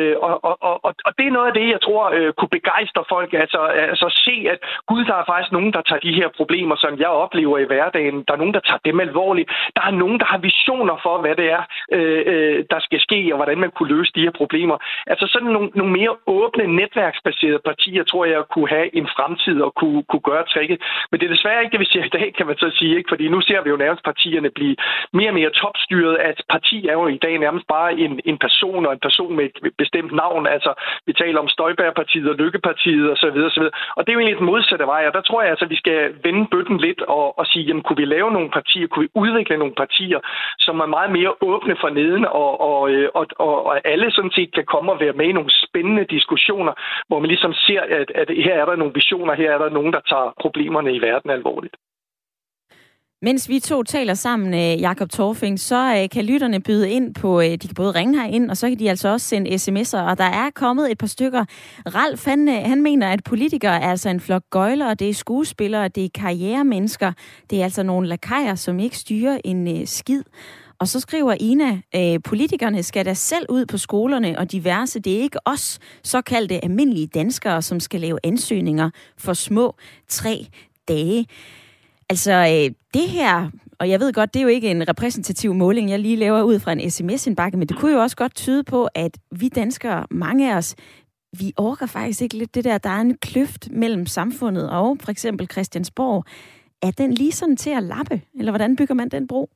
Og det er noget af det, jeg tror kunne begejstre folk. Altså se, at gud, der er faktisk nogen, der tager de her problemer, som jeg oplever i hverdagen. Der er nogen, der tager dem alvorligt. Der er nogen, der har visioner for, hvad det er, der skal ske, og hvordan man kunne løse de her problemer. Altså sådan nogle mere åbne, netværksbaserede partier, tror jeg, kunne have en fremtid og kunne gøre tricket. Men det er desværre ikke det, vi ser i dag, kan man så sige, ikke? Fordi nu ser vi jo nærmest partierne blive mere og mere topstyret. At parti er jo i dag nærmest bare en person, og en person med et bestemt navn. Altså, vi taler om Støjbergpartiet og Løkkepartiet og så videre, så videre. Og det er jo egentlig et modsatte vej, og der tror jeg, altså, vi skal vende bøtten lidt og sige, jamen, kunne vi lave nogle partier, kunne vi udvikle nogle partier, som er meget mere åbne for neden, og alle sådan set kan komme og være med i nogle spændende diskussioner, hvor man ligesom ser, at her er der nogle visioner, her er der nogen, der tager problemerne i verden alvorligt. Mens vi to taler sammen, Jakob Torfing, så kan lytterne byde ind på, de kan både ringe herind, og så kan de altså også sende sms'er, og der er kommet et par stykker. Ralf, han mener, at politikere er altså en flok gøjlere, det er skuespillere, det er karrieremennesker, det er altså nogle lakajer, som ikke styrer en skid. Og så skriver Ina, politikerne skal da selv ud på skolerne og diverse. Det er ikke os såkaldte almindelige danskere, som skal lave ansøgninger for små 3 dage. Altså det her, og jeg ved godt, det er jo ikke en repræsentativ måling, jeg lige laver ud fra en sms-indbakke, men det kunne jo også godt tyde på, at vi danskere, mange af os, vi orker faktisk ikke lidt det der, der er en kløft mellem samfundet og for eksempel Christiansborg. Er den lige sådan til at lappe, eller hvordan bygger man den bro?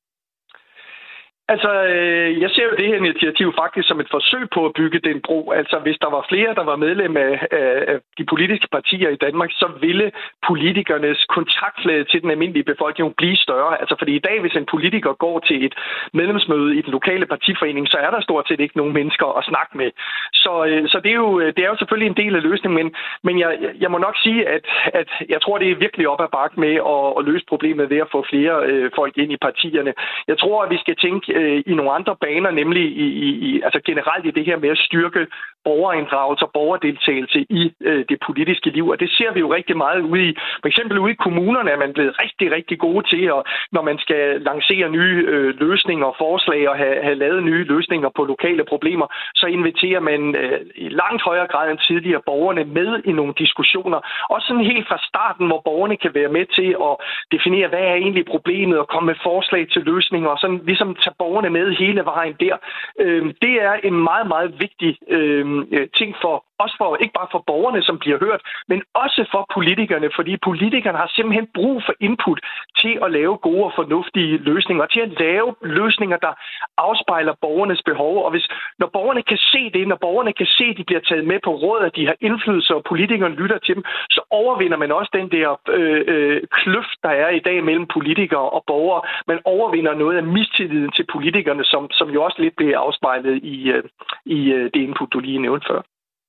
Altså, jeg ser jo det her initiativ faktisk som et forsøg på at bygge den bro. Altså, hvis der var flere, der var medlem af de politiske partier i Danmark, så ville politikernes kontaktflade til den almindelige befolkning blive større. Altså, fordi i dag, hvis en politiker går til et medlemsmøde i den lokale partiforening, så er der stort set ikke nogen mennesker at snakke med. Så det er jo selvfølgelig en del af løsningen, men jeg må nok sige, at jeg tror, det er virkelig op ad bakke med at løse problemet ved at få flere folk ind i partierne. Jeg tror, at vi skal tænke i nogle andre baner, nemlig altså generelt i det her med at styrke borgerinddragelse og borgerdeltagelse i det politiske liv. Og det ser vi jo rigtig meget ude i, for eksempel ude i kommunerne er man blevet rigtig, rigtig gode til, og når man skal lancere nye løsninger og forslag og have lavet nye løsninger på lokale problemer, så inviterer man i langt højere grad end tidligere borgerne med i nogle diskussioner. Også sådan helt fra starten, hvor borgerne kan være med til at definere, hvad er egentlig problemet, og komme med forslag til løsninger, og sådan ligesom tage borgerne med hele vejen der. Det er en meget, meget vigtig ting også for, ikke bare for borgerne, som bliver hørt, men også for politikerne, fordi politikerne har simpelthen brug for input til at lave gode og fornuftige løsninger, til at lave løsninger, der afspejler borgernes behov. Og når borgerne kan se det, når borgerne kan se, at de bliver taget med på råd, at de har indflydelse, og politikerne lytter til dem, så overvinder man også den der kløft, der er i dag mellem politikere og borgere. Man overvinder noget af mistilliden til politikerne, som jo også lidt bliver afspejlet i det input, du lige nævnte før.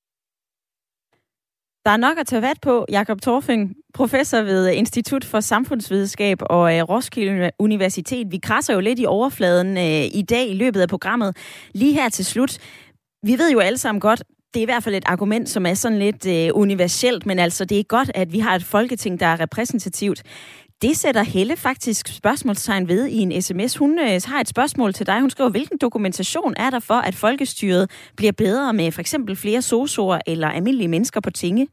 Der er nok at tage fat på. Jakob Torfing, professor ved Institut for Samfundsvidenskab og Roskilde Universitet. Vi krasser jo lidt i overfladen i dag i løbet af programmet. Lige her til slut. Vi ved jo alle sammen godt, det er i hvert fald et argument, som er sådan lidt universelt, men altså det er godt, at vi har et folketing, der er repræsentativt. Det sætter Helle faktisk spørgsmålstegn ved i en sms. Hun har et spørgsmål til dig. Hun skriver, hvilken dokumentation er der for, at folkestyret bliver bedre med for eksempel flere sosuer eller almindelige mennesker på tinge?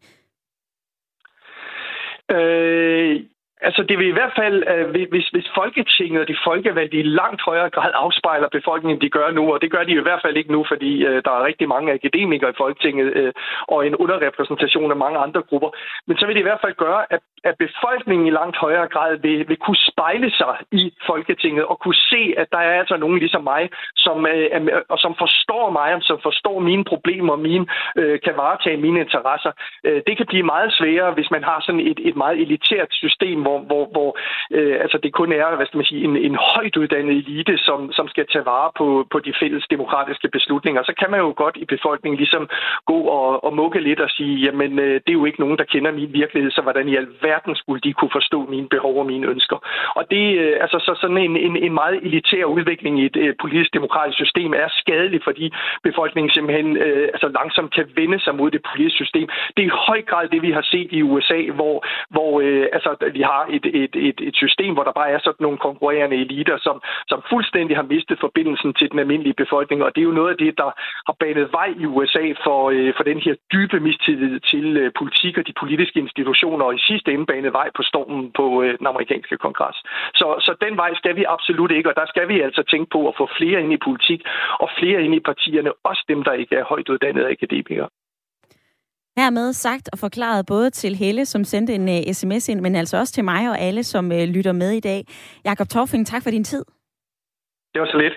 Altså det vil i hvert fald, hvis Folketinget og de folkevalgte i langt højere grad afspejler befolkningen, end de gør nu, og det gør de i hvert fald ikke nu, fordi der er rigtig mange akademikere i Folketinget og en underrepræsentation af mange andre grupper. Men så vil det i hvert fald gøre, at befolkningen i langt højere grad vil kunne spejle sig i Folketinget og kunne se, at der er altså nogen ligesom mig, som forstår mig, som forstår mine problemer og kan varetage mine interesser. Det kan blive meget sværere, hvis man har sådan et meget elitært system, hvor altså det kun er, hvad skal man sige, en højt uddannet elite, som skal tage vare på de fælles demokratiske beslutninger. Så kan man jo godt i befolkningen ligesom gå og mukke lidt og sige, jamen det er jo ikke nogen, der kender min virkelighed, så hvordan i alverden skulle de kunne forstå mine behov og mine ønsker. Og det altså så sådan en meget elitær udvikling i et politisk demokratisk system er skadelig, fordi befolkningen simpelthen altså langsomt kan vende sig mod det politiske system. Det er i høj grad det, vi har set i USA, hvor altså vi har et system, hvor der bare er sådan nogle konkurrerende eliter, som fuldstændig har mistet forbindelsen til den almindelige befolkning, og det er jo noget af det, der har banet vej i USA for den her dybe mistillid til politik og de politiske institutioner, og i sidste ende banet vej på stormen på den amerikanske kongres. Så den vej skal vi absolut ikke, og der skal vi altså tænke på at få flere ind i politik, og flere ind i partierne, også dem, der ikke er højt uddannede akademikere. Hermed sagt og forklaret både til Helle, som sendte en sms ind, men altså også til mig og alle, som lytter med i dag. Jakob Torfing, tak for din tid. Det var så lidt.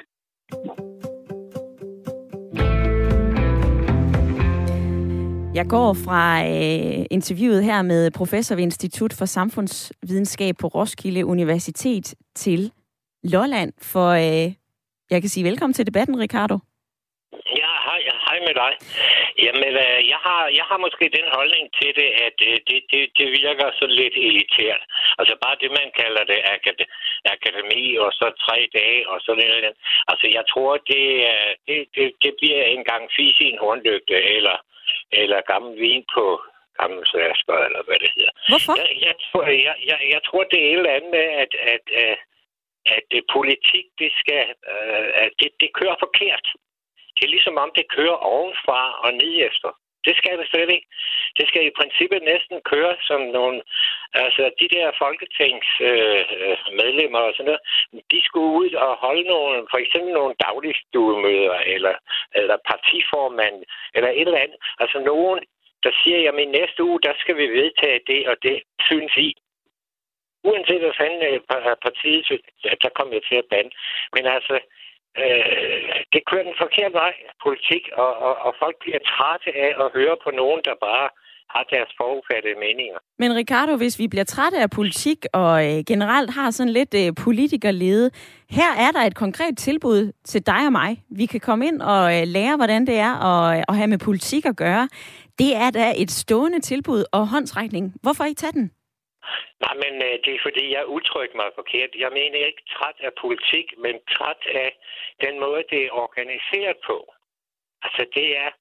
Jeg går fra interviewet her med professor ved Institut for Samfundsvidenskab på Roskilde Universitet til Lolland, for jeg kan sige velkommen til debatten, Ricardo. Ja, hej med dig. Jamen, jeg har måske den holdning til det, at det virker så lidt elitært. Altså bare det, man kalder det akademi, og så 3 dage, og sådan noget. Altså jeg tror, det bliver en gang fis i en hornlygte, eller gammel vin på gammel slasker, eller hvad det hedder. Hvorfor? Jeg tror, det er et eller andet med, at politik, det kører forkert. Det er ligesom om, det kører ovenfra og ned efter. Det skal det slet ikke. Det skal i princippet næsten køre som nogle... Altså, de der folketingsmedlemmer og sådan noget, de skulle ud og holde for eksempel nogle dagligstuemøder, eller partiformand, eller et eller andet. Altså, nogen, der siger, at i næste uge, der skal vi vedtage det og det, synes I. Uanset hvad fanden partiet, der kommer jeg til at bande. Men altså... det kører den forkerte vej, politik, og folk bliver trætte af at høre på nogen, der bare har deres forudfattede meninger. Men Ricardo, hvis vi bliver trætte af politik og generelt har sådan lidt politikerlede, her er der et konkret tilbud til dig og mig. Vi kan komme ind og lære, hvordan det er at have med politik at gøre. Det er da et stående tilbud og håndsrækning. Hvorfor ikke tage den? Nej, men det er fordi, jeg udtrykker mig forkert. Jeg mener ikke træt af politik, men træt af den måde, det er organiseret på. Altså,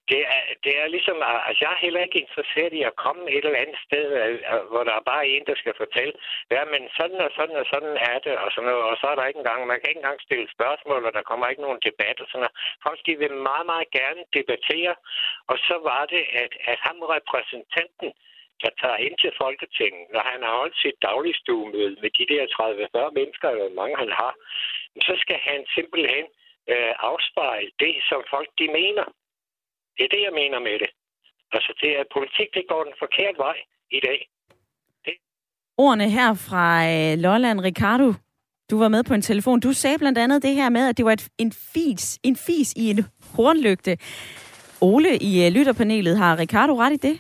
Det er ligesom, altså jeg er heller ikke interesseret i at komme et eller andet sted, hvor der er bare en, der skal fortælle, ja, men sådan og sådan og sådan er det, og sådan noget, og så er der ikke engang, man kan ikke engang stille spørgsmål, og der kommer ikke nogen debat og sådan noget. Folk, de vil meget, meget gerne debattere, og så var det, at ham repræsentanten, der tager ind til Folketinget, når han har holdt sit dagligstuemøde med de der 30-40 mennesker, eller hvor mange han har, så skal han simpelthen afspejle det, som folk de mener. Det er det, jeg mener med det. Altså, det er politik, det går den forkerte vej i dag. Ordene her fra Lolland. Ricardo, du var med på en telefon. Du sagde blandt andet det her med, at det var en fis i en hornlygte. Ole i lytterpanelet, har Ricardo ret i det?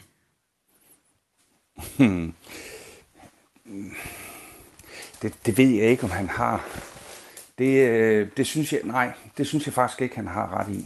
Det ved jeg ikke, om han har. Det synes jeg faktisk ikke, han har ret i.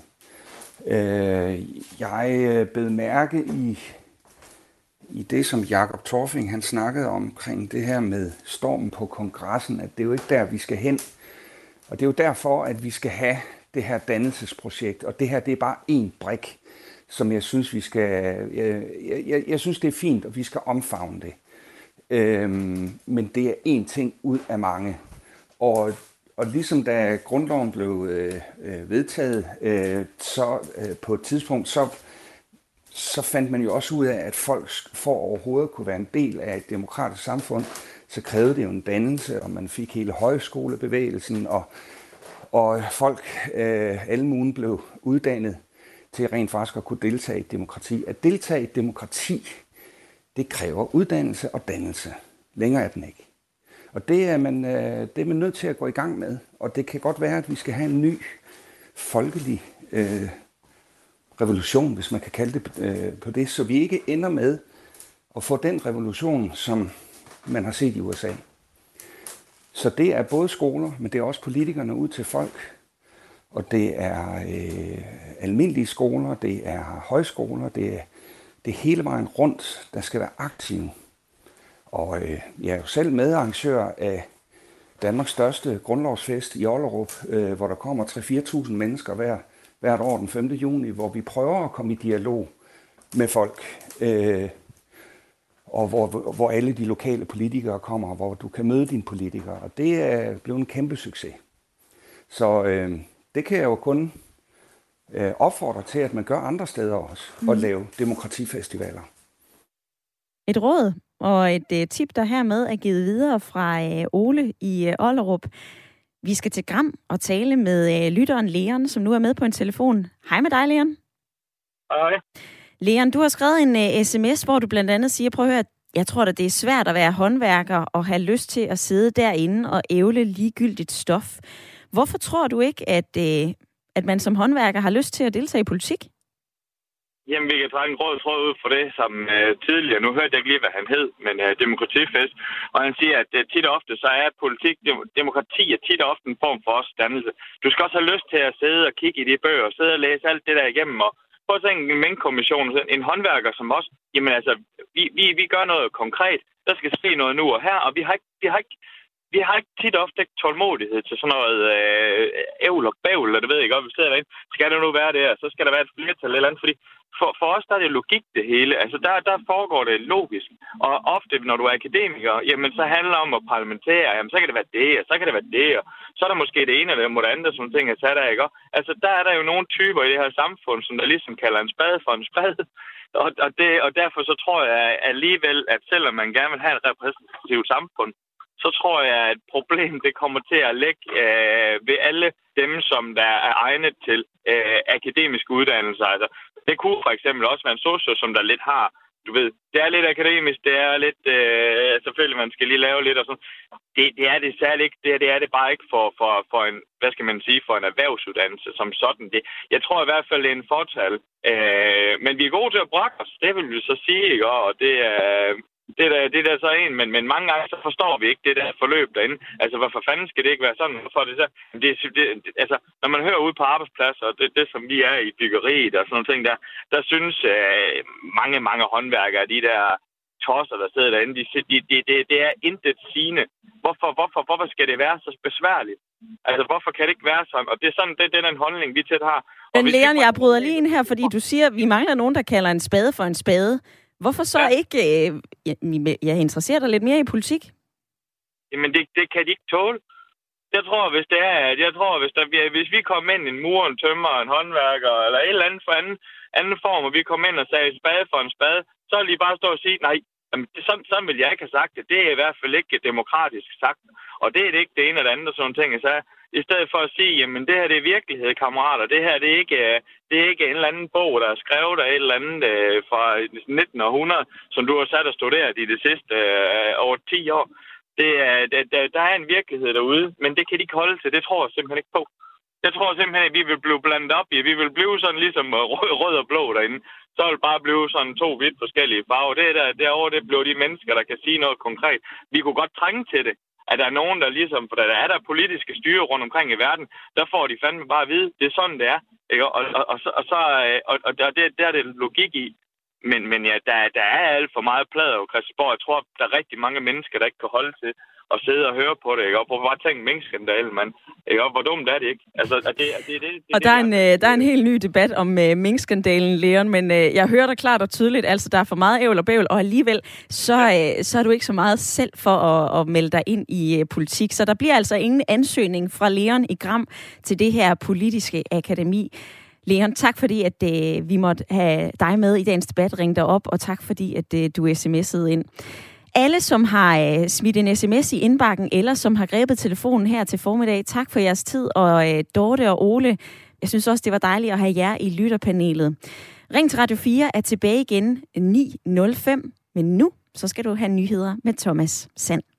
Jeg bed mærke i det, som Jakob Torfing han snakkede omkring det her med stormen på kongressen, at det er jo ikke der, vi skal hen. Og det er jo derfor, at vi skal have det her dannelsesprojekt, og det her, det er bare én brik, som jeg synes, vi skal... Jeg synes, det er fint, og vi skal omfavne det. Men det er én ting ud af mange. Og ligesom da grundloven blev vedtaget, så på et tidspunkt, så fandt man jo også ud af, at folk for overhovedet kunne være en del af et demokratisk samfund, så krævede det jo en dannelse, og man fik hele højskolebevægelsen, og folk, alle mulige blev uddannet til rent faktisk at kunne deltage i et demokrati. At deltage i et demokrati, det kræver uddannelse og dannelse. Længere er den ikke. Og det er man nødt til at gå i gang med. Og det kan godt være, at vi skal have en ny folkelig revolution, hvis man kan kalde det på det, så vi ikke ender med at få den revolution, som man har set i USA. Så det er både skoler, men det er også politikerne ud til folk. Og det er almindelige skoler, det er højskoler, det er hele vejen rundt, der skal være aktive. Og jeg er jo selv medarrangør af Danmarks største grundlovsfest i Ollerup, hvor der kommer 3-4.000 mennesker hvert år den 5. juni, hvor vi prøver at komme i dialog med folk, og hvor alle de lokale politikere kommer, hvor du kan møde dine politikere. Og det er blevet en kæmpe succes. Så det kan jeg jo kun opfordre til, at man gør andre steder også, og lave demokratifestivaler. Et råd og et tip, der hermed er givet videre fra Ole i Ollerup. Vi skal til Gram og tale med lytteren Leon, som nu er med på en telefon. Hej med dig, Leon. Hej. Leon, du har skrevet en sms, hvor du blandt andet siger, prøv at høre, jeg tror da, det er svært at være håndværker og have lyst til at sidde derinde og ævle ligegyldigt stof. Hvorfor tror du ikke, at man som håndværker har lyst til at deltage i politik? Jamen, vi kan trække en rød tråd ud for det, som tidligere. Nu hørte jeg ikke lige, hvad han hed, men demokratifest. Og han siger, at tit og ofte, så er politik, demokrati er tit og ofte en form for os dannelse. Du skal også have lyst til at sidde og kigge i de bøger, og sidde og læse alt det der igennem. Og prøv at tænke en mængdekommission, en håndværker som os. Jamen altså, vi gør noget konkret. Der skal ske noget nu og her, og vi har ikke tit og ofte ikke tålmodighed til sådan noget ævl og bævl, og det ved jeg godt, vi sidder derinde. Skal det nu være det, så skal der være et flertal eller andet, fordi for os der er det logik det hele. Altså der foregår det logisk. Og ofte, når du er akademiker, jamen så handler det om at parlamentere, jamen så kan det være det, og så kan det være det, og så er der måske det ene eller det andet, som ting er sat af, ikke? Altså der er der jo nogle typer i det her samfund, som der ligesom kalder en spade for en spade. Og derfor så tror jeg alligevel, at selvom man gerne vil have et repræsentativt samfund, så tror jeg, at problemet det kommer til at ligge ved alle dem, som der er egnet til akademiske uddannelser. Altså, det kunne for eksempel også være en socio, som der lidt har, du ved, det er lidt akademisk, det er lidt, selvfølgelig man skal lige lave lidt og sådan. Det er det særligt ikke, det er det bare ikke for en, hvad skal man sige, for en erhvervsuddannelse som sådan. Jeg tror i hvert fald, det er en fortal. Men vi er gode til at brække os, det vil vi så sige, ikke? Og det er... Det er der så en, men mange gange så forstår vi ikke det der forløb derinde. Altså, hvorfor fanden skal det ikke være sådan? For det så, altså, når man hører ude på arbejdspladser, og det som vi er i byggeriet og sådan nogle ting der synes mange håndværkere, de der tosser, der sidder derinde, det er intet sigende. Hvorfor skal det være så besværligt? Altså, hvorfor kan det ikke være sådan? Og det er sådan, det er den holdning, vi tæt har. Men Leon, jeg bryder lige ind her, fordi du siger, at vi mangler nogen, der kalder en spade for en spade. Hvorfor så ikke... Jeg interesserer dig lidt mere i politik. Jamen, det kan de ikke tåle. Jeg tror, hvis vi kom ind en mur, en tømmer, en håndværker, eller et eller andet for anden form, og vi kom ind og sagde spade for en spade, så ville de bare stå og sige, nej, sådan vil jeg ikke have sagt det. Det er i hvert fald ikke demokratisk sagt. Og det er det ikke det ene eller det andet og sådan ting. Så i stedet for at sige, jamen det her det er virkelighed, kammerater. Det her det er ikke en eller anden bog, der er skrevet af et eller andet fra 1900, som du har sat og studeret i det sidste over 10 år. Der er en virkelighed derude, men det kan de ikke holde til. Det tror jeg simpelthen ikke på. Jeg tror simpelthen, at vi vil blive blandet op i. Vi vil blive sådan ligesom rød og blå derinde. Så vil det bare blive sådan 2 vidt forskellige farver. Derovre, det bliver de mennesker, der kan sige noget konkret. Vi kunne godt trænge til det. At der er nogen, der ligesom... For der er der politiske styre rundt omkring i verden, der får de fandme bare at vide, det er sådan, det er. Ikke? Og der er det logik i. Men ja, der er alt for meget plader på Christiansborg. Jeg tror, der er rigtig mange mennesker, der ikke kan holde til at sidde og høre på det, ikke? Og prøv bare at tænke minkskandalen, mand. Ikke? Og hvor dumt er det ikke? Altså, og der er en helt ny debat om minkskandalen, Leon, men jeg hører dig klart og tydeligt, altså der er for meget ævl og bævl, og alligevel så er du ikke så meget selv for at melde dig ind i politik. Så der bliver altså ingen ansøgning fra Leon i Gram til det her politiske akademi. Leon, tak fordi, at vi måtte have dig med i dagens debat, ring dig op, og tak fordi, at du sms'ede ind. Alle, som har smidt en sms i indbakken, eller som har grebet telefonen her til formiddag, tak for jeres tid, og Dorte og Ole, jeg synes også, det var dejligt at have jer i lytterpanelet. Ring til Radio 4 er tilbage igen 9:05, men nu så skal du have nyheder med Thomas Sand.